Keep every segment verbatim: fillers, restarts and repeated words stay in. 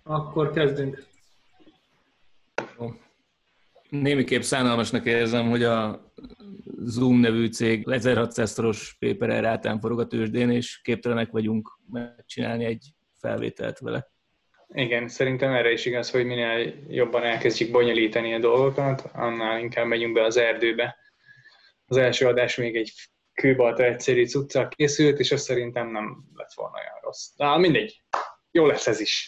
Akkor kezdünk. Némiképp szánalmasnak érzem, hogy a Zoom nevű cég ezerhatszáz szoros paper rátán forog a tőzsdén, és képtelenek vagyunk megcsinálni egy felvételt vele. Igen, szerintem erre is igaz, hogy minél jobban elkezdjük bonyolítani a dolgokat, annál inkább megyünk be az erdőbe. Az első adás még egy kőbalta egyszerű cuccal készült, és azt szerintem nem lett volna olyan rossz. De mindegy, jó lesz ez is.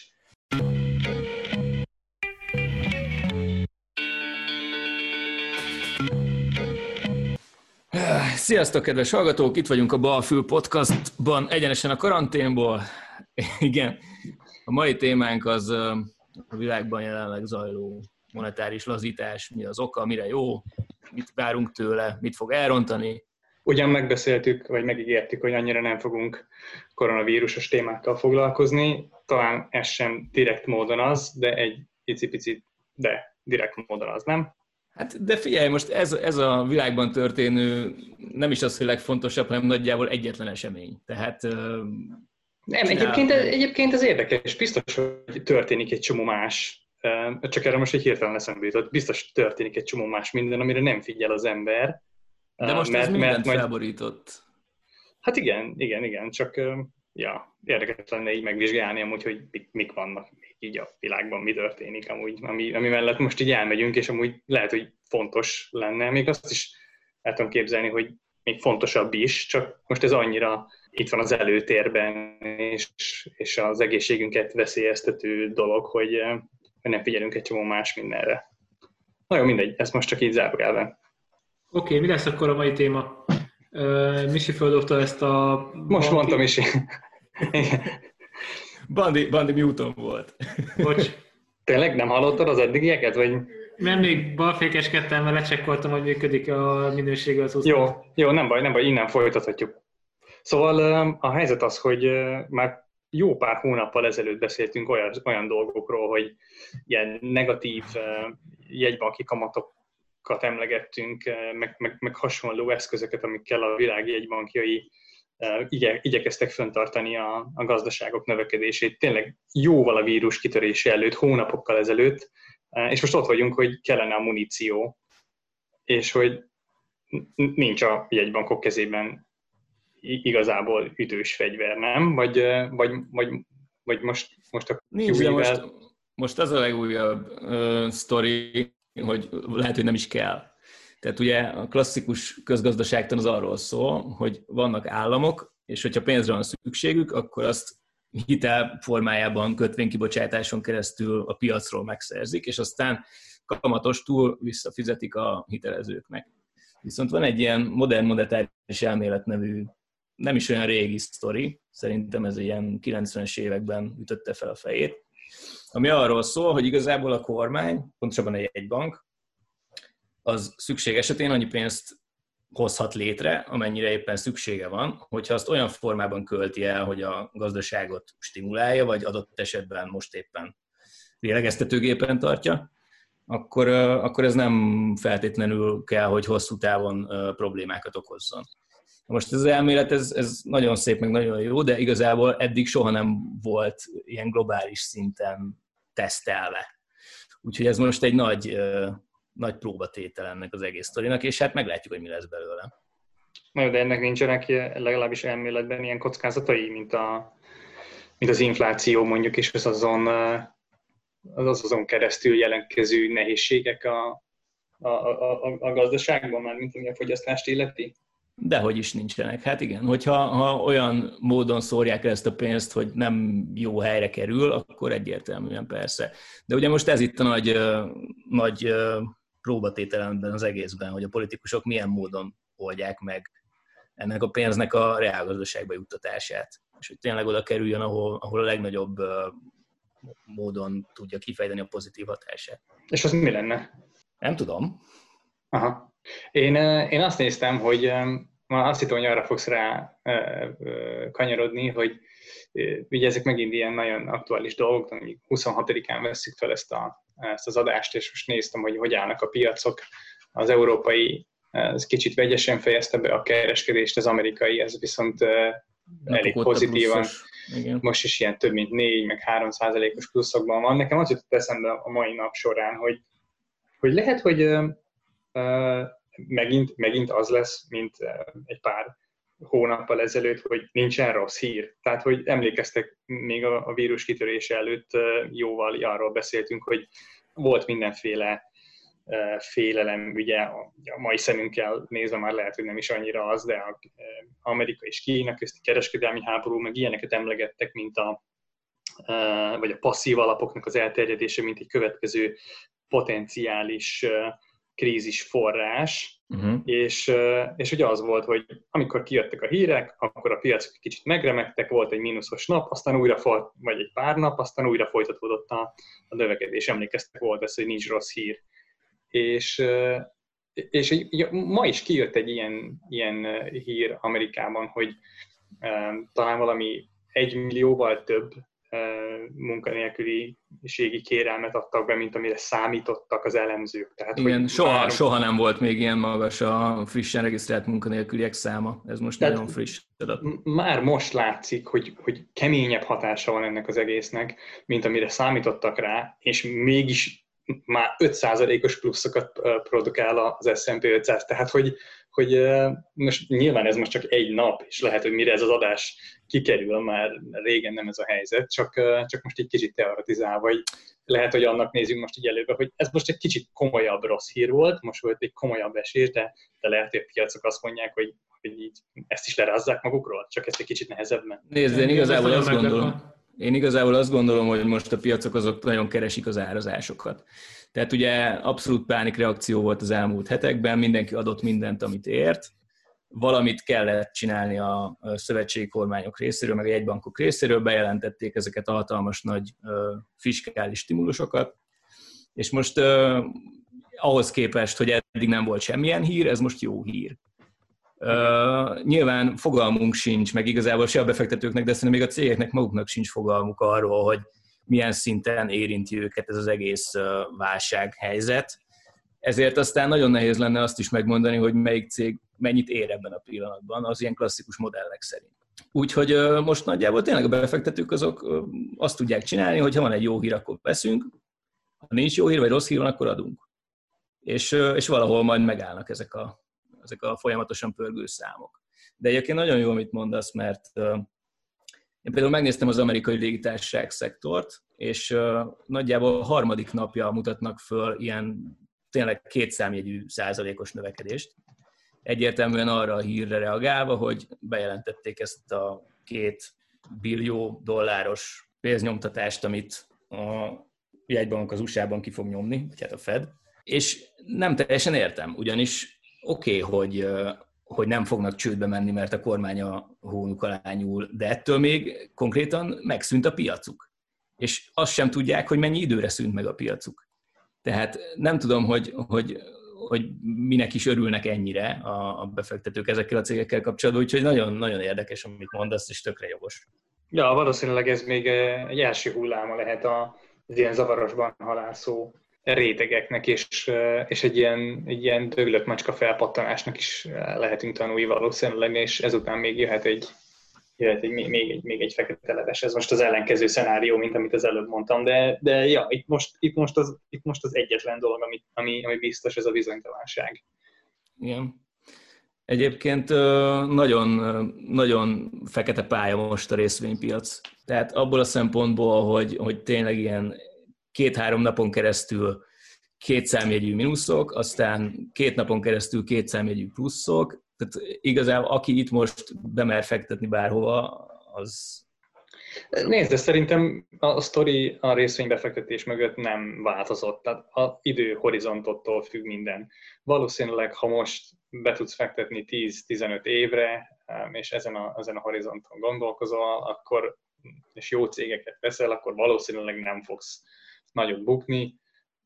Sziasztok, kedves hallgatók! Itt vagyunk a Balfül Podcastban, egyenesen a karanténból. Igen, a mai témánk az a világban jelenleg zajló monetáris lazítás, mi az oka, mire jó, mit várunk tőle, mit fog elrontani. Ugyan megbeszéltük, vagy megígértük, hogy annyira nem fogunk koronavírusos témákkal foglalkozni, talán ez sem direkt módon az, de egy icipicit, de direkt módon az, nem? Hát de figyelj, most ez, ez a világban történő nem is az, hogy legfontosabb, hanem nagyjából egyetlen esemény. Tehát... Nem, csinál... egyébként, egyébként ez érdekes. Biztos, hogy történik egy csomó más. Csak erre most egy hirtelen eszembe jutott. Biztos történik egy csomó más minden, amire nem figyel az ember. De most mert, ez mindent mert majd... felborított. Hát igen, igen, igen. Csak ja, érdekes lenne így megvizsgálni amúgy, hogy mik vannak így a világban, mi történik amúgy, ami, ami mellett most így elmegyünk, és amúgy lehet, hogy fontos lenne. Még azt is el tudom képzelni, hogy még fontosabb is, csak most ez annyira itt van az előtérben, és, és az egészségünket veszélyeztető dolog, hogy, hogy nem figyelünk egy csomó más mindenre. Na jó, mindegy, ezt most csak így zárójelben. Oké, okay, mi lesz akkor a mai téma? Uh, Misi földobta ezt a... Most banki... mondtam Misi. Bandi, Bandi mute-on volt. Bocs. Tényleg nem hallottad az eddigieket? Vagy... Nem, még balfékeskedtem, mert lecsekkoltam, hogy működik a minősége az úszó. Jó, jó, nem baj, nem baj, innen folytathatjuk. Szóval a helyzet az, hogy már jó pár hónappal ezelőtt beszéltünk olyan, olyan dolgokról, hogy ilyen negatív jegybanki kamatokat emlegettünk, meg, meg, meg hasonló eszközöket, amikkel a világ jegybankjai igye, igyekeztek fenntartani a, a gazdaságok növekedését. Tényleg jóval a vírus kitörése előtt, hónapokkal ezelőtt, és most ott vagyunk, hogy kellene a muníció, és hogy nincs a jegybankok kezében igazából ütős fegyver, nem? Vagy, vagy, vagy, vagy most, most a Nincs, de most, most az a legújabb uh, sztori, hogy lehet, hogy nem is kell. Tehát ugye a klasszikus közgazdaságtan az arról szól, hogy vannak államok, és hogyha pénzre van szükségük, akkor azt hitel formájában, kötvénykibocsátáson keresztül a piacról megszerzik, és aztán kamatostul visszafizetik a hitelezőknek. Viszont van egy ilyen modern monetáris elmélet nevű, nem is olyan régi sztori, szerintem ez ilyen kilencvenes években ütötte fel a fejét, ami arról szól, hogy igazából a kormány, pontosabban egy jegybank, az szükség esetén annyi pénzt hozhat létre, amennyire éppen szüksége van, hogyha azt olyan formában költi el, hogy a gazdaságot stimulálja, vagy adott esetben most éppen lélegeztetőgépen tartja, akkor, akkor ez nem feltétlenül kell, hogy hosszú távon problémákat okozzon. Most ez az elmélet, ez, ez nagyon szép, meg nagyon jó, de igazából eddig soha nem volt ilyen globális szinten tesztelve. Úgyhogy ez most egy nagy... nagy próbatétel ennek az egész sztorinak, és hát meglátjuk, hogy mi lesz belőle. Na jó, de ennek nincsenek legalábbis elméletben ilyen kockázatai, mint, a, mint az infláció mondjuk, és az azon, az azon keresztül jelentkező nehézségek a, a, a, a gazdaságban, már mint ami a fogyasztást illeti? Dehogy is nincsenek. Hát igen, hogyha ha olyan módon szórják el ezt a pénzt, hogy nem jó helyre kerül, akkor egyértelműen persze. De ugye most ez itt a nagy, nagy próbatételemben az egészben, hogy a politikusok milyen módon oldják meg ennek a pénznek a reálgazdaságba juttatását. És hogy tényleg oda kerüljön, ahol, ahol a legnagyobb módon tudja kifejteni a pozitív hatását. És az mi lenne? Nem tudom. Aha. Én, én azt néztem, hogy ma azt hittem, hogy arra fogsz rá kanyarodni, hogy ugye ezek megint ilyen nagyon aktuális dolgok, amíg huszonhatodikán vesszük fel ezt, a, ezt az adást, és most néztem, hogy hogy állnak a piacok. Az európai ez kicsit vegyesen fejezte be a kereskedést, az amerikai ez viszont elég pozitívan. Most is ilyen több mint négy, meg három százalékos pluszokban van. Nekem az jutott eszembe a mai nap során, hogy, hogy lehet, hogy uh, uh, megint, megint az lesz, mint uh, egy pár hónappal ezelőtt, hogy nincsen rossz hír. Tehát, hogy emlékeztek, még a, a vírus kitörése előtt uh, jóval arról beszéltünk, hogy volt mindenféle uh, félelem, ugye a, a mai szemünkkel nézve már lehet, hogy nem is annyira az, de a, uh, Amerika és Kína közti kereskedelmi háború, meg ilyeneket emlegettek, mint a, uh, vagy a passzív alapoknak az elterjedése, mint egy következő potenciális uh, krízis forrás, uh-huh. és, és ugye az volt, hogy amikor kijöttek a hírek, akkor a piacok kicsit megremegtek, volt egy mínuszos nap, aztán újra folyt, vagy egy pár nap, aztán újra folytatódott a, a növekedés. Emlékeztek, volt ez, hogy nincs rossz hír. És, és ma is kijött egy ilyen, ilyen hír Amerikában, hogy talán valami egy millióval több munkanélküliségi kérelmet adtak be, mint amire számítottak az elemzők. Tehát, igen, soha, már... soha nem volt még ilyen magas a frissen regisztrált munkanélküliek száma. Ez most tehát nagyon friss adat. Már most látszik, hogy, hogy keményebb hatása van ennek az egésznek, mint amire számítottak rá, és mégis már öt százalékos pluszokat produkál az es and pé ötszáz. Tehát, hogy, hogy most nyilván ez most csak egy nap, és lehet, hogy mire ez az adás kikerül, már régen nem ez a helyzet, csak, csak most egy kicsit teoretizálva, vagy lehet, hogy annak nézzünk most így előbe, hogy ez most egy kicsit komolyabb rossz hír volt, most volt egy komolyabb esés, de, de lehet, hogy a piacok azt mondják, hogy, hogy így ezt is lerázzák magukról, csak ezt egy kicsit nehezebben. Nézd, én igazából azt gondolom, Én igazából azt gondolom, hogy most a piacok azok nagyon keresik az árazásokat. Tehát ugye abszolút pánikreakció volt az elmúlt hetekben, mindenki adott mindent, amit ért, valamit kellett csinálni a szövetségi kormányok részéről, meg a jegybankok részéről, bejelentették ezeket a hatalmas nagy fiskális stimulusokat, és most ahhoz képest, hogy eddig nem volt semmilyen hír, ez most jó hír. Uh, nyilván fogalmunk sincs, meg igazából se a befektetőknek, de szerintem még a cégeknek maguknak sincs fogalmuk arról, hogy milyen szinten érinti őket ez az egész uh, válsághelyzet. Ezért aztán nagyon nehéz lenne azt is megmondani, hogy melyik cég mennyit ér ebben a pillanatban, az ilyen klasszikus modellek szerint. Úgyhogy uh, most nagyjából tényleg a befektetők azok uh, azt tudják csinálni, hogy ha van egy jó hír, akkor veszünk, ha nincs jó hír, vagy rossz hír van, akkor adunk. És, uh, és valahol majd megállnak ezek a ezek a folyamatosan pörgő számok. De egyébként nagyon jó, amit mondasz, mert uh, én például megnéztem az amerikai légitársaság szektort, és uh, nagyjából a harmadik napja mutatnak föl ilyen tényleg kétszámjegyű százalékos növekedést. Egyértelműen arra a hírre reagálva, hogy bejelentették ezt a két billió dolláros pénznyomtatást, amit a jegybank az u es á-ban ki fog nyomni, vagy hát a Fed. És nem teljesen értem, ugyanis oké, okay, hogy, hogy nem fognak csődbe menni, mert a kormány a hónuk alá nyúl, de ettől még konkrétan megszűnt a piacuk. És azt sem tudják, hogy mennyi időre szűnt meg a piacuk. Tehát nem tudom, hogy, hogy, hogy minek is örülnek ennyire a, a befektetők ezekkel a cégekkel kapcsolatban, úgyhogy nagyon, nagyon érdekes, amit mondasz, és tökre jogos. Ja, valószínűleg ez még egy első hulláma lehet az ilyen zavarosban halászó rétegeknek, és, és egy, ilyen, egy ilyen döglött macska felpattanásnak is lehetünk tanulni valószínűleg, és ezután még jöhet egy, jöhet egy, még, egy, még egy fekete leves. Ez most az ellenkező szenárió, mint amit az előbb mondtam, de, de ja, itt most, itt, most az, itt most az egyetlen dolog, ami, ami, ami biztos, ez a bizonytalanság. Igen. Egyébként nagyon, nagyon fekete pálya most a részvénypiac. Tehát abból a szempontból, hogy, hogy tényleg ilyen két-három napon keresztül két számjegyű mínuszok, aztán két napon keresztül két számjegyű pluszok. Tehát igazából aki itt most bemer fektetni bárhova, az... Nézd, de szerintem a sztori a részvénybefektetés mögött nem változott. Tehát az időhorizontottól függ minden. Valószínűleg, ha most be tudsz fektetni tíz-tizenöt évre, és ezen a, ezen a horizonton gondolkozol, akkor, és jó cégeket veszel, akkor valószínűleg nem fogsz nagyot bukni.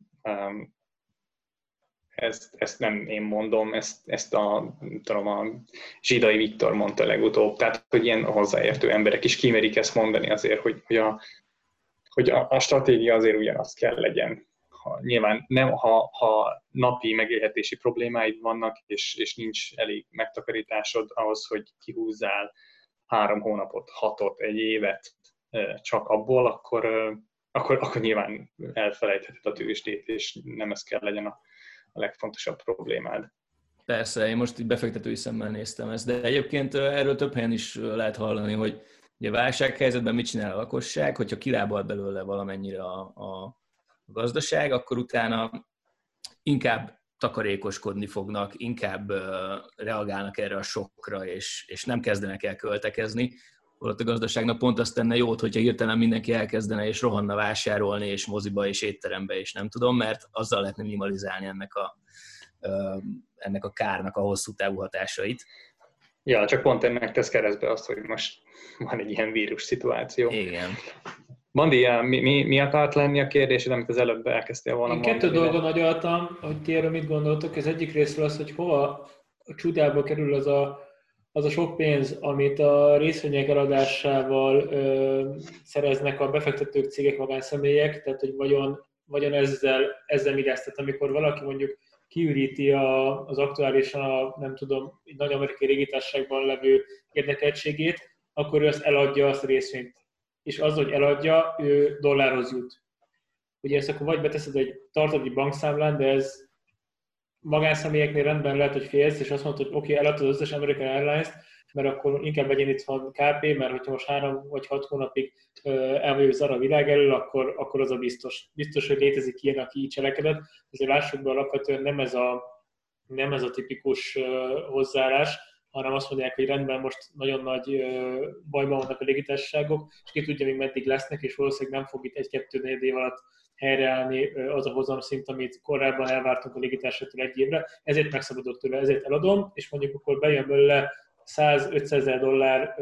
Ezt, ezt nem én mondom, ezt, ezt a, tudom, a Zsidai Viktor mondta legutóbb, tehát hogy ilyen hozzáértő emberek is kimerik ezt mondani azért, hogy, hogy, a, hogy a, a stratégia azért ugyanaz kell legyen. Ha, nyilván nem, ha, ha napi megélhetési problémáid vannak, és, és nincs elég megtakarításod ahhoz, hogy kihúzzál három hónapot, hatot, egy évet csak abból, akkor, akkor, akkor nyilván elfelejtheted a tőzsdét, és nem ez kell legyen a, a legfontosabb problémád. Persze, én most így befektetői szemmel néztem ezt, de egyébként erről több helyen is lehet hallani, hogy ugye válsághelyzetben mit csinál a lakosság, hogyha kilábal belőle valamennyire a, a gazdaság, akkor utána inkább takarékoskodni fognak, inkább uh, reagálnak erre a sokkra, és, és nem kezdenek el költekezni. Holott a gazdaságnak pont azt tenne jót, hogyha hirtelen mindenki elkezdene és rohanna vásárolni, és moziba, és étterembe, és nem tudom, mert azzal lehetne minimalizálni ennek a, uh, ennek a kárnak a hosszú távú hatásait. Ja, csak pont ennek tesz keresztbe azt, hogy most van egy ilyen vírus szituáció. Igen. Bandi, mi, mi, mi akart lenni a kérdésed, amit az előbb elkezdtél volna Én mondani? kettő dolgon agyaltam, hogy ti erről mit gondoltok. Ez egyik részről az, hogy hova a csudába kerül az a, az a sok pénz, amit a részvények eladásával ö, szereznek a befektetők, cégek, magánszemélyek, tehát hogy vagyon, vagyon ezzel, ezzel mi lesz. Tehát amikor valaki mondjuk kiüríti a, az aktuálisan a, nem tudom, egy nagy amerikai légitársaságban levő érdekeltségét, akkor ő azt eladja azt a részvényt. És az, hogy eladja, ő dollárhoz jut. Ugye ezt akkor vagy beteszed egy tartod egy bankszámlán, de ez magánszemélyeknél rendben lehet, hogy félsz, és azt mondod, hogy oké, okay, eladtad az összes American Airlines-t, mert akkor inkább legyen itthon ká pé, mert hogyha most három vagy hat hónapig el vagyok zara a világ elől, akkor, akkor az a biztos. Biztos, hogy létezik ilyen, aki így cselekedett. Azért lássuk be, alapvetően nem ez a, nem ez a tipikus hozzáállás, hanem azt mondják, hogy rendben most nagyon nagy bajban vannak a légitársaságok, és ki tudja, még meddig lesznek, és valószínűleg nem fog itt egy-kettő-négy év alatt helyreállni az a hozamszint, amit korábban elvártunk a légitársaságtól egy évre, ezért megszabadult tőle, ezért eladom, és mondjuk akkor bejön belőle száz-ötszázezer dollár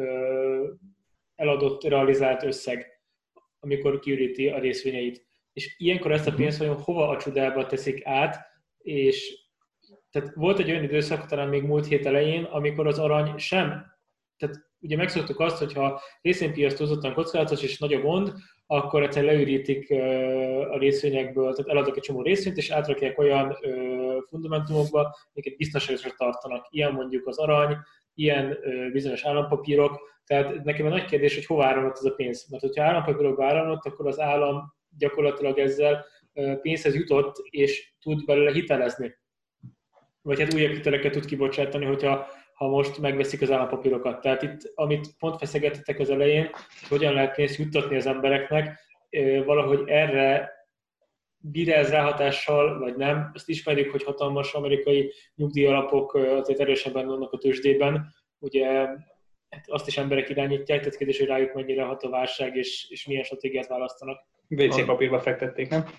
eladott, realizált összeg, amikor kiüríti a részvényeit. És ilyenkor ezt a pénzt vajon hova a csudába teszik át, és tehát volt egy olyan időszak, talán még múlt hét elején, amikor az arany sem, tehát ugye megszoktuk azt, hogyha részvénypiac túlzottan kockázatos és nagy a gond, akkor egyszer leürítik a részvényekből, tehát eladok egy csomó részvényt, és átrakják olyan fundamentumokba, amiket biztonságosra tartanak. Ilyen mondjuk az arany, ilyen bizonyos állampapírok. Tehát nekem a nagy kérdés, hogy hova áramlott ez a pénz. Mert hogyha állampapírokba áramlott, akkor az állam gyakorlatilag ezzel pénzhez jutott, és tud belőle hitelezni. Vagy hát újabb hiteleket tud kibocsátani, hogyha ha most megveszik az állampapírokat. Tehát itt, amit pont feszegettetek az elején, hogy hogyan lehet pénzt juttatni az embereknek, valahogy erre bír ez ráhatással, vagy nem. Ezt ismerjük, hogy hatalmas amerikai nyugdíjalapok azért erősebben vannak a tőzsdében. Ugye hát azt is emberek irányítják, tehát kérdés, hogy rájuk mennyire hat a válság, és, és milyen stratégiát választanak. vé cé papírba fektették, nem?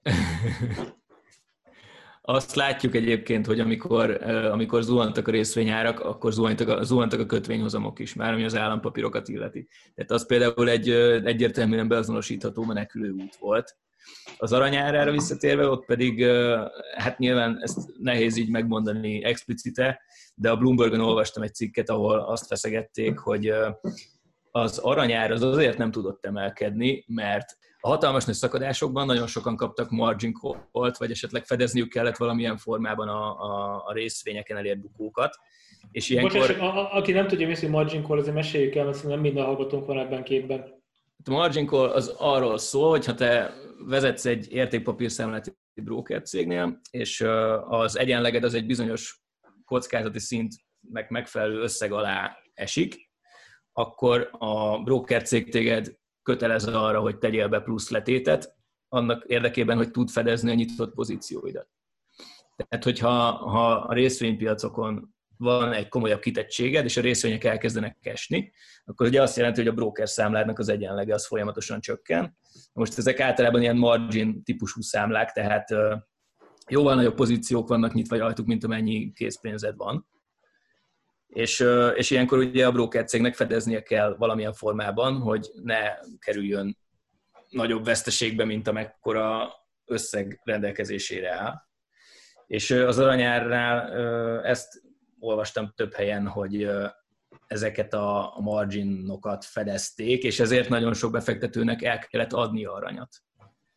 Azt látjuk egyébként, hogy amikor, amikor zuhantak a részvényárak, akkor zuhantak a, zuhantak a kötvényhozamok is, már ami az állampapírokat illeti. Tehát az például egy egyértelműen beazonosítható menekülő út volt. Az aranyárára visszatérve, ott pedig, hát nyilván ezt nehéz így megmondani explicite, de a Bloombergon olvastam egy cikket, ahol azt feszegették, hogy az aranyár az azért nem tudott emelkedni, mert a hatalmas nagy szakadásokban nagyon sokan kaptak margin call-t, vagy esetleg fedezniük kellett valamilyen formában a, a, a részvényeken elért bukókat. És ilyenkor... Bocsás, a, a, aki nem tudja, mi az, hogy margin call, azért meséljük el, mert nem minden hallgatónk van ebben képben. A margin call az arról szól, hogy ha te vezetsz egy értékpapírszámlálati broker cégnél, és az egyenleged az egy bizonyos kockázati szintnek megfelelő összeg alá esik, akkor a broker cég téged kötelez arra, hogy tegyél be plusz letétet, annak érdekében, hogy tud fedezni a nyitott pozícióidat. Tehát, hogyha ha a részvénypiacokon van egy komolyabb kitettséged, és a részvények elkezdenek esni, akkor ugye azt jelenti, hogy a broker számládnak az egyenlege az folyamatosan csökken. Most ezek általában ilyen margin típusú számlák, tehát jóval nagyobb pozíciók vannak nyitva rajtuk, mint amennyi készpénzed van. És, és ilyenkor ugye a broker cégnek fedeznie kell valamilyen formában, hogy ne kerüljön nagyobb veszteségbe, mint amekkora összeg rendelkezésére áll. És az aranyárnál ezt olvastam több helyen, hogy ezeket a marginokat fedezték, és ezért nagyon sok befektetőnek el kellett adni aranyat.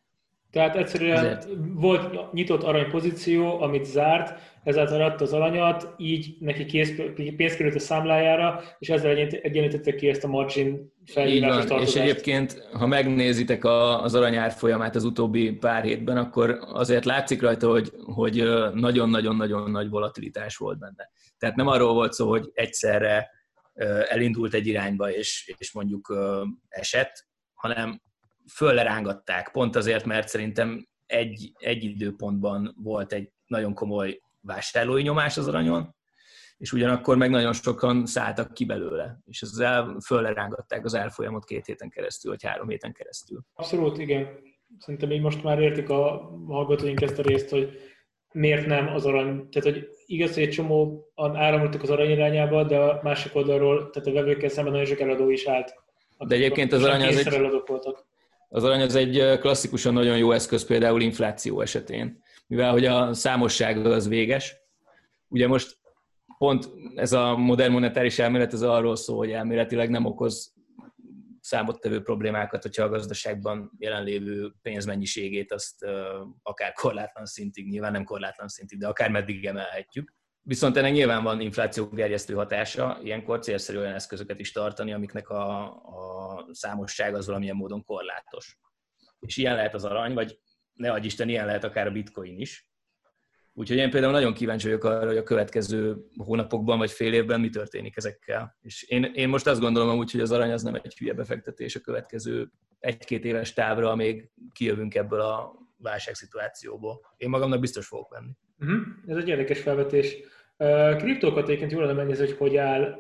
Tehát egyszerűen Ezért. volt nyitott aranypozíció, amit zárt, ezáltal adta az aranyat, így neki kész, pénz került a számlájára, és ezzel egyenlítette ki ezt a margin felhívásos tartozást. És egyébként, ha megnézitek a, az arany árfolyamát az utóbbi pár hétben, akkor azért látszik rajta, hogy, hogy nagyon-nagyon-nagyon nagy volatilitás volt benne. Tehát nem arról volt szó, hogy egyszerre elindult egy irányba, és, és mondjuk esett, hanem föllerángatták, pont azért, mert szerintem egy, egy időpontban volt egy nagyon komoly vásárlói nyomás az aranyon, és ugyanakkor meg nagyon sokan szálltak ki belőle, és ezzel föllerángatták az árfolyamot két héten keresztül, vagy három héten keresztül. Abszolút, igen. Szerintem így most már értik a hallgatóink ezt a részt, hogy miért nem az arany, tehát hogy igaz, hogy egy csomóan áramoltak az arany irányába, de a másik oldalról, tehát a vevőkkel szemben nagyon sok eladó is állt. De egyébként az arany az egy... voltak. Az arany az egy klasszikusan nagyon jó eszköz például infláció esetén, mivel hogy a számosság az véges. Ugye most pont ez a modern monetáris elmélet ez arról szól, hogy elméletileg nem okoz számottevő problémákat, hogyha a gazdaságban jelenlévő pénzmennyiségét azt akár korlátlan szintig, nyilván nem korlátlan szintig, de akár meddig emelhetjük. Viszont ennek nyilván van inflációgerjesztő hatása, ilyenkor célszerű olyan eszközöket is tartani, amiknek a, a számosság az valamilyen módon korlátos. És ilyen lehet az arany, vagy ne adj Isten, ilyen lehet akár a bitcoin is. Úgyhogy én például nagyon kíváncsi vagyok arra, hogy a következő hónapokban vagy fél évben mi történik ezekkel. És én, én most azt gondolom amúgy, hogy az arany az nem egy hülye befektetés a következő egy-két éves távra, amíg kijövünk ebből a válságszituációból. Én magamnak biztos fogok venni. Uh-huh. Ez egy érdekes felvetés. Uh, kriptókat egyébként jól lenne megnézni, hogy hogy áll.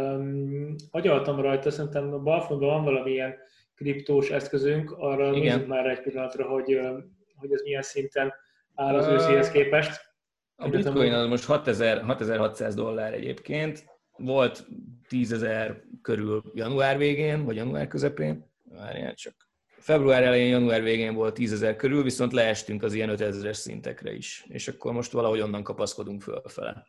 Um, agyaltam rajta, szerintem a balfondban van valamilyen kriptós eszközünk, arra Igen. nézzük már egy pillanatra, hogy, hogy ez milyen szinten áll az őszihez képest. A bitcoin az most hatezer-hatszáz dollár egyébként, volt tízezer körül január végén, vagy január közepén, várjál csak. Február elején, január végén volt tízezer körül, viszont leestünk az ilyen ötezres szintekre is, és akkor most valahogy onnan kapaszkodunk fölfele.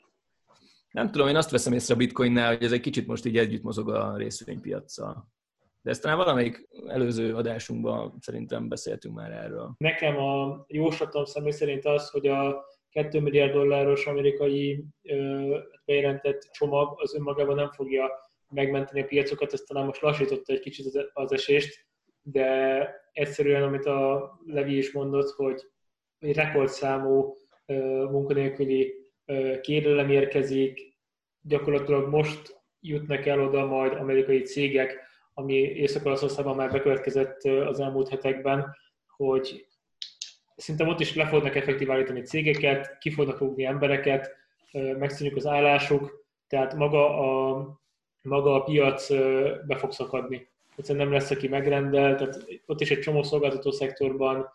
Nem tudom, én azt veszem észre a bitcoinnál, hogy ez egy kicsit most így együtt mozog a részvénypiaccal. De ezt talán valamelyik előző adásunkban szerintem beszéltünk már erről. Nekem a jóslatom személy szerint az, hogy a két milliárd dolláros amerikai ö, bejelentett csomag az önmagában nem fogja megmenteni a piacokat, ezt talán most lassította egy kicsit az, az esést, de egyszerűen, amit a Levi is mondott, hogy egy rekordszámú ö, munkanélküli ö, kérelem érkezik, gyakorlatilag most jutnak el oda majd amerikai cégek, ami Észak-Olaszországban már bekövetkezett az elmúlt hetekben, hogy szinte ott is le fognak effektív állítani cégeket, ki fognak rúgni embereket, megszűnjük az állásuk, tehát maga a, maga a piac be fog szakadni. Egyszerűen nem lesz, aki megrendel, tehát ott is egy csomó szolgáltató szektorban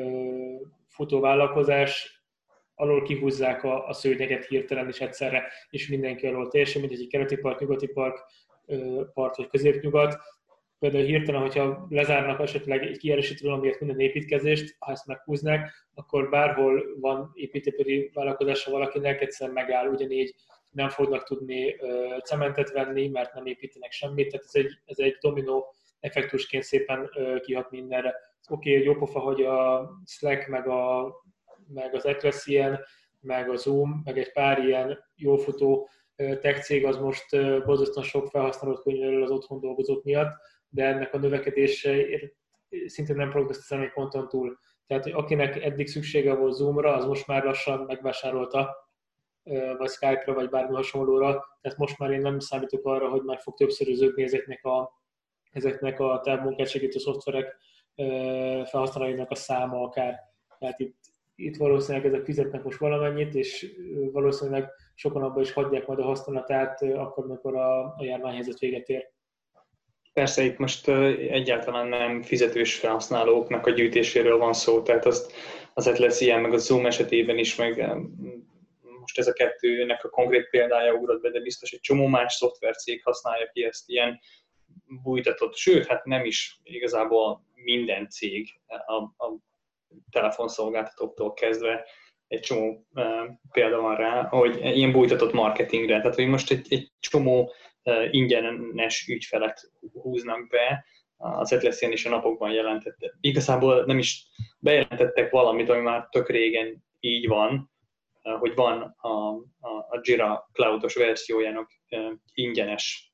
futó vállalkozás, alól kihúzzák a, a szőnyeget hirtelen és egyszerre, és mindenki alól teljesen, mint egy keleti part, nyugati part, part vagy középnyugat. Például hirtelen, hogyha lezárnak esetleg egy kiárási valamiért minden építkezést, ha ezt meghúznák, akkor bárhol van építőipari vállalkozása valakinek, egyszerűen megáll, ugyanígy nem fognak tudni cementet venni, mert nem építenek semmit, tehát ez egy, ez egy dominó effektusként szépen kihat mindenre. Oké, okay, jó pofa, hogy a Slack, meg, a, meg az Atlassian, meg a Zoom, meg egy pár ilyen jól futó tech cég az most borzasztóan sok felhasználót könyvelő az otthon dolgozók miatt, de ennek a növekedése szintén nem prognosztizálni egy ponton túl. Tehát akinek eddig szüksége volt Zoomra, az most már lassan megvásárolta, vagy Skype-ra, vagy bármi hasonlóra. Tehát most már én nem számítok arra, hogy már fog többszöröződni ezeknek a, ezeknek a távmunkát segítő szoftverek felhasználóinak a száma akár. Tehát itt, itt valószínűleg ezek fizetnek most valamennyit, és valószínűleg sokan abban is hagyják majd a használatát akkor, amikor a, a járványhelyzet véget ér. Persze itt most egyáltalán nem fizetős felhasználóknak a gyűjtéséről van szó, tehát azt, az Atlassian meg a Zoom esetében is, meg most ez a kettőnek a konkrét példája ugrott be, de biztos egy csomó más szoftvercég használja ki ezt ilyen bújtatott, sőt, hát nem is igazából minden cég, a, a telefonszolgáltatóktól kezdve egy csomó uh, példa van rá, hogy ilyen bújtatott marketingre, tehát hogy most egy, egy csomó uh, ingyenes ügyfelet húznak be, az Atlassian is a napokban jelentette. Igazából nem is bejelentettek valamit, ami már tök régen így van, hogy van a, a, a Jira cloudos verziójának ingyenes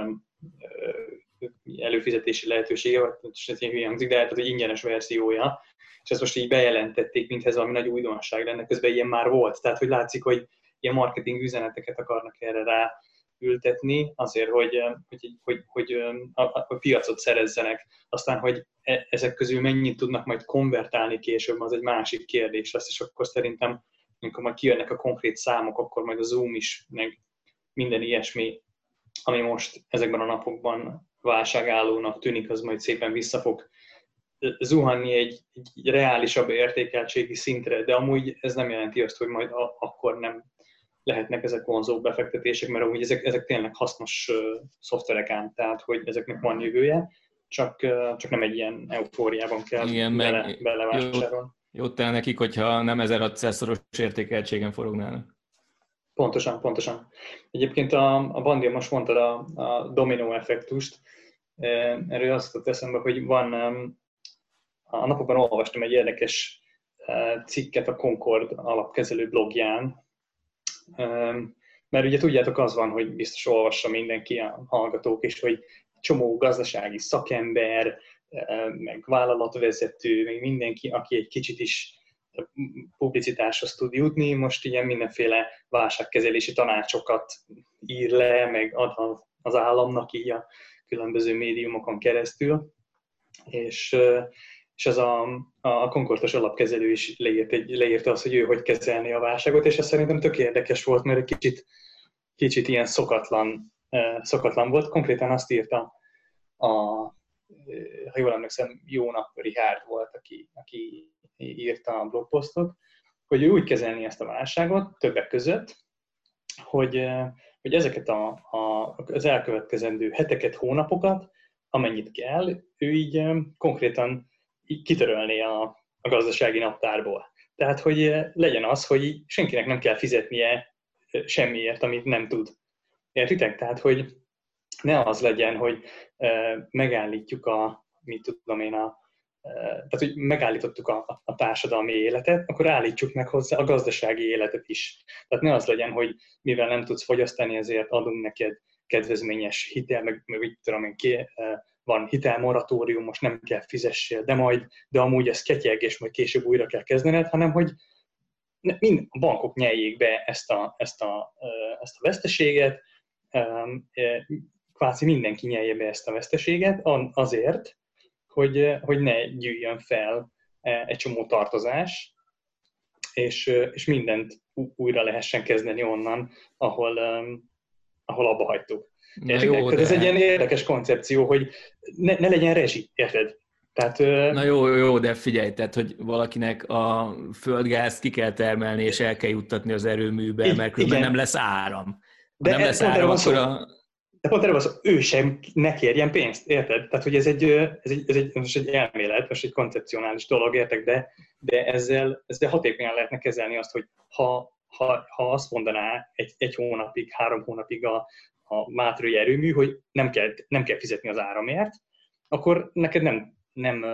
előfizetési lehetősége, vagy ez így hangzik, de hát az egy ingyenes verziója, és ezt most így bejelentették, mintha ez valami nagy újdonság lenne, közben ilyen már volt. Tehát, hogy látszik, hogy ilyen marketing üzeneteket akarnak erre rá ültetni, azért, hogy, hogy, hogy, hogy a, a piacot szerezzenek. Aztán, hogy ezek közül mennyit tudnak majd konvertálni később, az egy másik kérdés lesz, és akkor szerintem, amikor majd kijönnek a konkrét számok, akkor majd a Zoom is, meg minden ilyesmi, ami most ezekben a napokban válságállónak tűnik, az majd szépen vissza fog zuhanni egy, egy reálisabb értékeltségi szintre, de amúgy ez nem jelenti azt, hogy majd a, akkor nem lehetnek ezek vonzó befektetések, mert amúgy ezek, ezek tényleg hasznos uh, szoftverek ám, tehát hogy ezeknek van jövője, csak, uh, csak nem egy ilyen eufóriában kell Igen, bele, belevásárolni. Jót tenne nekik, hogyha nem ezerhatszáz-szoros értékeltségen forognának. Pontosan, pontosan. Egyébként a, a Bandi most mondtad a, a dominó effektust, erről azt jutott eszembe, hogy van, a napokban olvastam egy érdekes cikket a Concord alapkezelő blogján, mert ugye tudjátok, az van, hogy biztos olvassa mindenki, a hallgatók is, hogy csomó gazdasági szakember, meg vállalatvezető, meg mindenki, aki egy kicsit is publicitáshoz tud jutni, most ilyen mindenféle válságkezelési tanácsokat ír le, meg ad az államnak így a különböző médiumokon keresztül, és, és az a, a Concordos alapkezelő is leírt egy, leírta azt, hogy ő hogy kezelni a válságot, és ez szerintem tök érdekes volt, mert egy kicsit, kicsit ilyen szokatlan, szokatlan volt. Konkrétan azt írta, a, ha jól emlékszem, Jónap Richárd volt, aki, aki írta a blogposztot, hogy ő úgy kezelni ezt a válságot többek között, hogy, hogy ezeket a, a, az elkövetkezendő heteket, hónapokat, amennyit kell, ő így konkrétan így kitörölné a, a gazdasági naptárból. Tehát, hogy legyen az, hogy senkinek nem kell fizetnie semmiért, amit nem tud. Értitek? Tehát, hogy ne az legyen, hogy megállítjuk a, mit tudom én, a, tehát, hogy megállítottuk a, a társadalmi életet, akkor állítsuk meg hozzá a gazdasági életet is. Tehát ne az legyen, hogy mivel nem tudsz fogyasztani, ezért adunk neked kedvezményes hitel, meg, meg mit tudom én, ki, van hitelmoratórium, most nem kell fizessél, de majd, de amúgy ez ketyeg, és majd később újra kell kezdened, hanem hogy mind a bankok nyeljék be ezt a, ezt a, ezt a veszteséget, kvázi mindenki nyelje be ezt a veszteséget azért, hogy, hogy ne gyűjjön fel egy csomó tartozás, és, és mindent újra lehessen kezdeni onnan, ahol, ahol abba hagytuk. Jó, de... Ez egy ilyen érdekes koncepció, hogy ne, ne legyen rezsi, érted? Tehát, Na jó, jó, jó, de figyelj, tehát, hogy valakinek a földgázt ki kell termelni, és el kell juttatni az erőműbe, mert különben nem lesz áram. Ha de nem lesz áram, akkor a... De pont erre van szó, ő sem ne kérjen pénzt, érted? Tehát, hogy ez egy, ez egy, ez egy, most egy elmélet, most egy koncepcionális dolog, értek, de, de ezzel, ezzel hatékonyan lehetne kezelni azt, hogy ha, ha, ha azt mondaná egy, egy hónapig, három hónapig a, a mátrői erőmű, hogy nem kell, nem kell fizetni az áramért, akkor neked nem, nem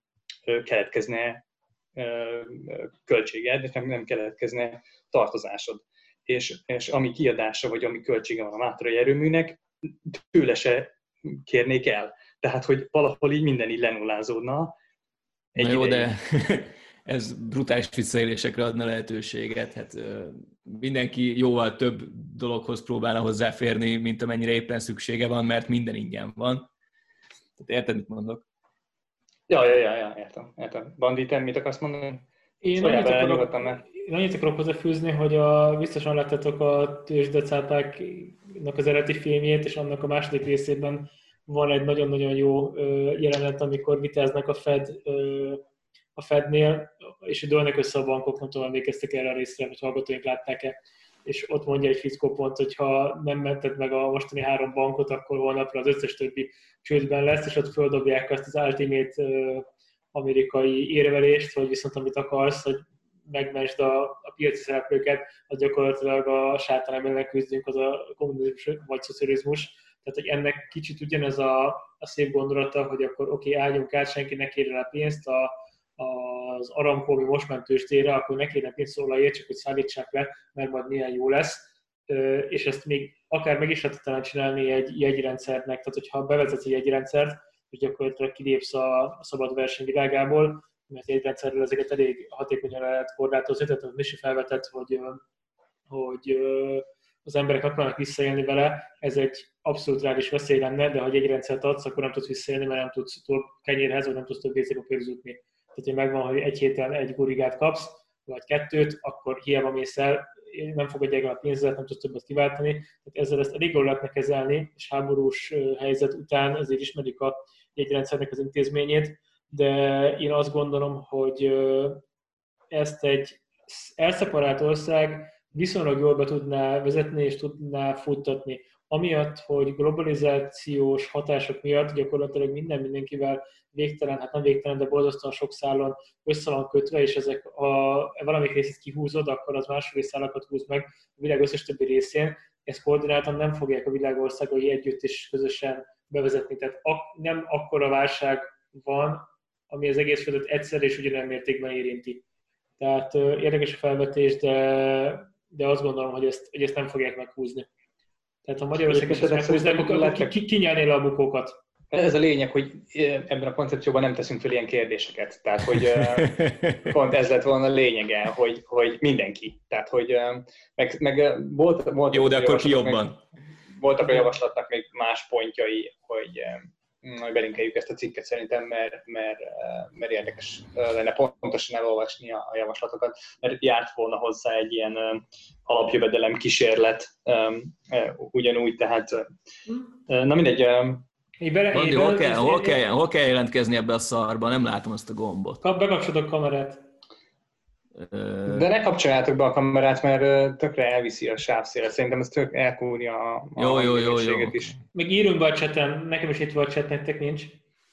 keletkezne költséged, és nem, nem keletkezne tartozásod. És, és ami kiadása, vagy ami költsége van a mátrői erőműnek, tőle se kérnék el. Tehát, hogy valahol így minden így lenullázódna. Na jó, de ez brutális visszaélésekre adna lehetőséget. Hát mindenki jóval több dologhoz próbálna hozzáférni, mint amennyire éppen szüksége van, mert minden ingyen van. Tehát érted, mit mondok? Ja, ja, ja, ja értem. értem. Bandi, te mit akarsz mondani? Én annyit akarok, én annyit akarok hozzáfűzni, hogy a, biztosan láttatok a Tőzsdecápáknak az eredeti filmjét, és annak a második részében van egy nagyon-nagyon jó jelenet, amikor vitáznak a Fed, a Fednél, és dőlnek össze a bankok, nem tudom, emlékeztek erre a részre, hogy hallgatóink látták-e, és ott mondja egy fickópont, hogy ha nem mented meg a mostani három bankot, akkor holnapra az összes többi csődben lesz, és ott földobják azt az ultimate amerikai érvelést, vagy viszont amit akarsz, hogy megmesd a, a piaci szereplőket, az gyakorlatilag a sátán ellen küzdünk, az a kommunizmus vagy szocializmus. Tehát, hogy ennek kicsit ugyanez a, a szép gondolata, hogy akkor oké, okay, álljunk át, senki ne kérjen a pénzt, a, az Aramco, ami most ment tőzsdére, akkor ne kéne pénzt olajért, csak hogy szállítsák le, mert majd milyen jó lesz. És ezt még akár meg is lehetne csinálni egy jegyrendszernek, tehát hogyha bevezetsz egy jegyrendszert, és gyakorlatilag kilépsz a szabad verseny világából, mert jegyrendszerrel ezeket elég hatékonyan lehet korlátozni, tehát az Misi felvetett, hogy, hogy az emberek megpróbálnak visszaélni vele, ez egy abszolút reális veszély lenne, de ha egy rendszert adsz, akkor nem tudsz visszaélni, mert nem tudsz több kenyérhez, vagy nem tudsz több vécépapírhoz jutni. Tehát, hogy megvan, hogy egy héten egy gurigát kapsz, vagy kettőt, akkor hiába mész el, nem fogadják el a pénzedet, nem tudsz többet kiváltani. Tehát ezzel ezt elég jól lehetne kezelni, és háborús helyzet után ezért ismerik a jegyrendszernek az intézményét, de én azt gondolom, hogy ezt egy elszeparált ország viszonylag jól be tudná vezetni és tudná futtatni. Amiatt, hogy globalizációs hatások miatt gyakorlatilag minden mindenkivel végtelen, hát nem végtelen, de borzasztóan sok szálon össze van kötve, és ezek a valamelyik részét kihúzod, akkor az második szálakat húz meg a világ összes többi részén. Ezt koordináltan nem fogják a világ országai együtt és közösen bevezetni. Tehát ak- nem akkora válság van, ami az egész földet egyszer és ugyanolyan mértékben érinti. Tehát érdekes a felvetés, de, de azt gondolom, hogy ezt, hogy ezt nem fogják meghúzni. Tehát ha Magyarország is ezt meghúznák, akkor ki, ki, ki nyelné le a bukókat? Ez a lényeg, hogy ebben a koncepcióban nem teszünk fel ilyen kérdéseket. Tehát, hogy pont ez lett volna a lényege, hogy, hogy mindenki. Tehát, hogy meg, meg volt, volt... Jó, de akkor ki jobban? Meg, voltak a javaslatnak még más pontjai, hogy hogy belinkeljük ezt a cikket szerintem, mert, mert, mert érdekes lenne pontosan elolvasni a javaslatokat, mert járt volna hozzá egy ilyen alapjövedelem kísérlet, ugyanúgy, tehát na mindegy. Bandi, hol, kell, hol, kell, hol kell jelentkezni ebbe a szarba? Nem látom azt a gombot. Bekapcsolod a kamerát. De ne kapcsoljátok be a kamerát, mert tökre elviszi a sávszélet. Szerintem ez tök elkúrja a jó, jó, jó, jó. is. Még írunk be a chaten, nekem is itt van a chat, nektek nincs.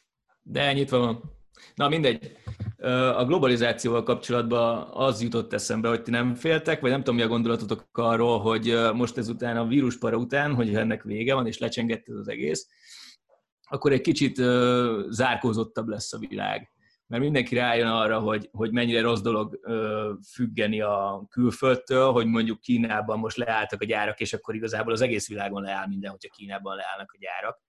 De nyitva van. Na mindegy. A globalizációval kapcsolatban az jutott eszembe, hogy ti nem féltek, vagy nem tudom, mi a gondolatotok arról, hogy most ezután a víruspara után, hogy ennek vége van, és lecsengett ez az egész, akkor egy kicsit zárkózottabb lesz a világ. Mert mindenki rájön arra, hogy, hogy mennyire rossz dolog ö, függeni a külföldtől, hogy mondjuk Kínában most leálltak a gyárak, és akkor igazából az egész világon leáll minden, hogyha Kínában leállnak a gyárak.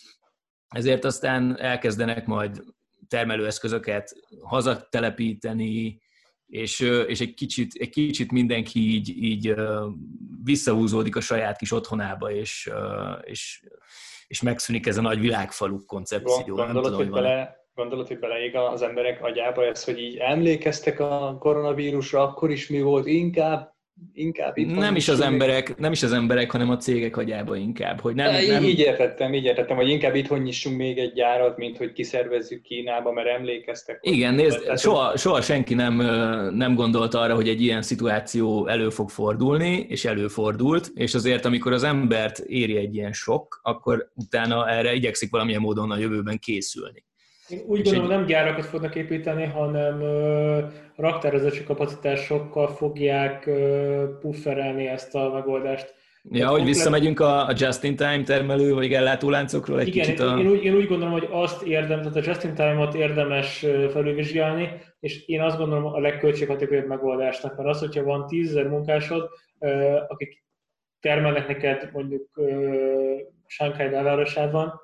Ezért aztán elkezdenek majd termelőeszközöket hazatelepíteni, és, és egy, kicsit, egy kicsit mindenki így, így visszahúzódik a saját kis otthonába, és, és, és megszűnik ez a nagy világfaluk koncepció. Gondolod, hogy bele... Gondolod, hogy beleég az emberek agyába ez, hogy így emlékeztek a koronavírusra, akkor is mi volt, inkább, inkább itt nem is az emberek, nem is az emberek, hanem a cégek agyába inkább. Hogy nem, így, nem... így értettem, így értettem, hogy inkább itthon nyissunk még egy gyárat, mint hogy kiszervezzük Kínába, mert emlékeztek. Igen, nézd, soha, soha senki nem, nem gondolt arra, hogy egy ilyen szituáció elő fog fordulni, és előfordult, és azért, amikor az embert éri egy ilyen sok, akkor utána erre igyekszik valamilyen módon a jövőben készülni. Én úgy gondolom, egy... nem gyárakat fognak építeni, hanem ö, raktározási kapacitásokkal fogják ö, pufferelni ezt a megoldást. Ja, hogy komplet... visszamegyünk a, a just-in-time termelő vagy ellátóláncokról egy igen, kicsit a... a... én, úgy, én úgy gondolom, hogy azt érdem, tehát a just-in-time-ot érdemes felülvizsgálni, és én azt gondolom a legköltséghatékonyabb megoldásnak, mert az, hogyha van tízezer munkásod, ö, akik termelnek neked mondjuk Shanghai belvárosában,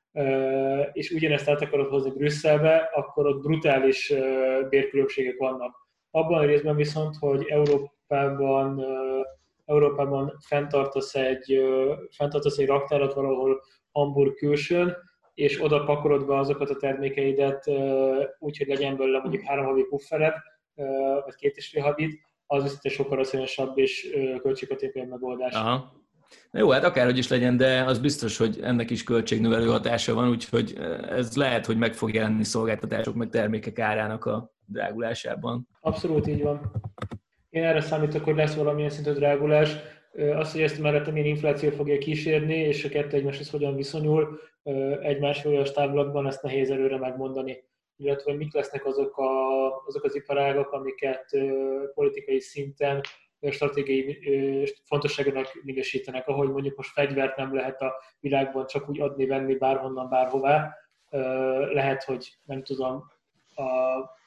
Uh, és ugyanezt át akarod hozni Brüsszelbe, akkor ott brutális uh, bérkülönbségek vannak. Abban a részben viszont, hogy Európában, uh, Európában fenntartasz egy, uh, fenntartasz egy raktárat valahol Hamburg külsőn, és oda pakolod be azokat a termékeidet, uh, úgyhogy legyen belőle mondjuk három havi puffered, uh, vagy két és fél havit, az viszont egy sokkal racionálisabb és uh, költséghatékonyabb megoldás. Aha. Na jó, hát akárhogy is legyen, de az biztos, hogy ennek is költségnövelő hatása van, úgyhogy ez lehet, hogy meg fog jelenni szolgáltatások meg termékek árának a drágulásában. Abszolút így van. Én erre számítok, hogy lesz valamilyen szintű drágulás. Az, hogy ezt mellett milyen infláció fogja kísérni, és a kettő egymáshoz hogyan viszonyul egymás olyas távlatban, ezt nehéz előre megmondani. Illetve mik lesznek azok, a, azok az iparágak, amiket politikai szinten stratégiai fontosságúnak minősítenek, ahogy mondjuk most fegyvert nem lehet a világban csak úgy adni-venni bárhonnan, bárhová. Lehet, hogy nem tudom, a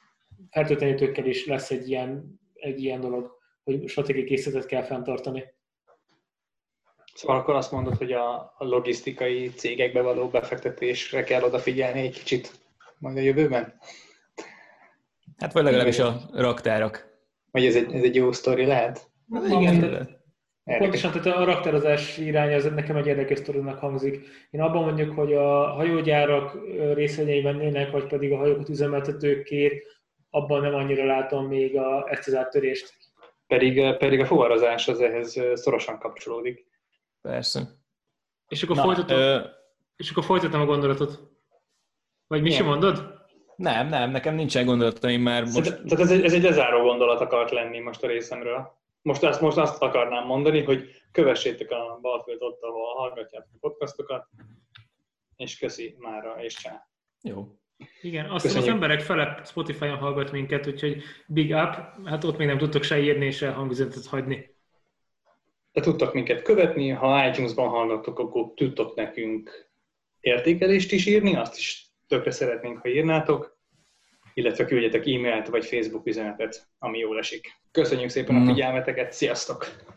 fertőtlenítőkkel is lesz egy ilyen, egy ilyen dolog, hogy stratégiai készletet kell fenntartani. Szóval akkor azt mondod, hogy a, a logisztikai cégekbe való befektetésre kell odafigyelni egy kicsit majd a jövőben? Hát vagy legalábbis a raktárak. Vagy ez egy, ez egy jó sztori lehet? Igen, tehát pontosan, tehát a raktározás irány az nekem egy érdekes sztorinak hangzik. Én abban mondjuk, hogy a hajógyárak részvényei vennének, vagy pedig a hajókat üzemeltetőkért, abban nem annyira látom még a, ezt az áttörést. Pedig, pedig a fuvarozás az ehhez szorosan kapcsolódik. Persze. És akkor, Na, folytatom, ö... és akkor folytatom a gondolatot. Vagy mi sem mondod? Nem, nem, nekem nincsen gondolataim már most. Tehát ez egy, ez egy lezáró gondolat akart lenni most a részemről. Most azt, most azt akarnám mondani, hogy kövessétek a Balföld ott, ahol hallgatjátok a podcastokat, és köszi mára, és csá. Jó. Igen, azt hiszem az emberek fele Spotify-on hallgat minket, úgyhogy big up, hát ott még nem tudtok se írni, se hangüzenetet hagyni. De tudtok minket követni, ha iTunes-ban hallgattok, akkor tudtok nekünk értékelést is írni, azt is tökre szeretnénk, ha írnátok, illetve küldjetek e-mailt vagy Facebook üzenetet, ami jól esik. Köszönjük szépen a figyelmeteket, sziasztok!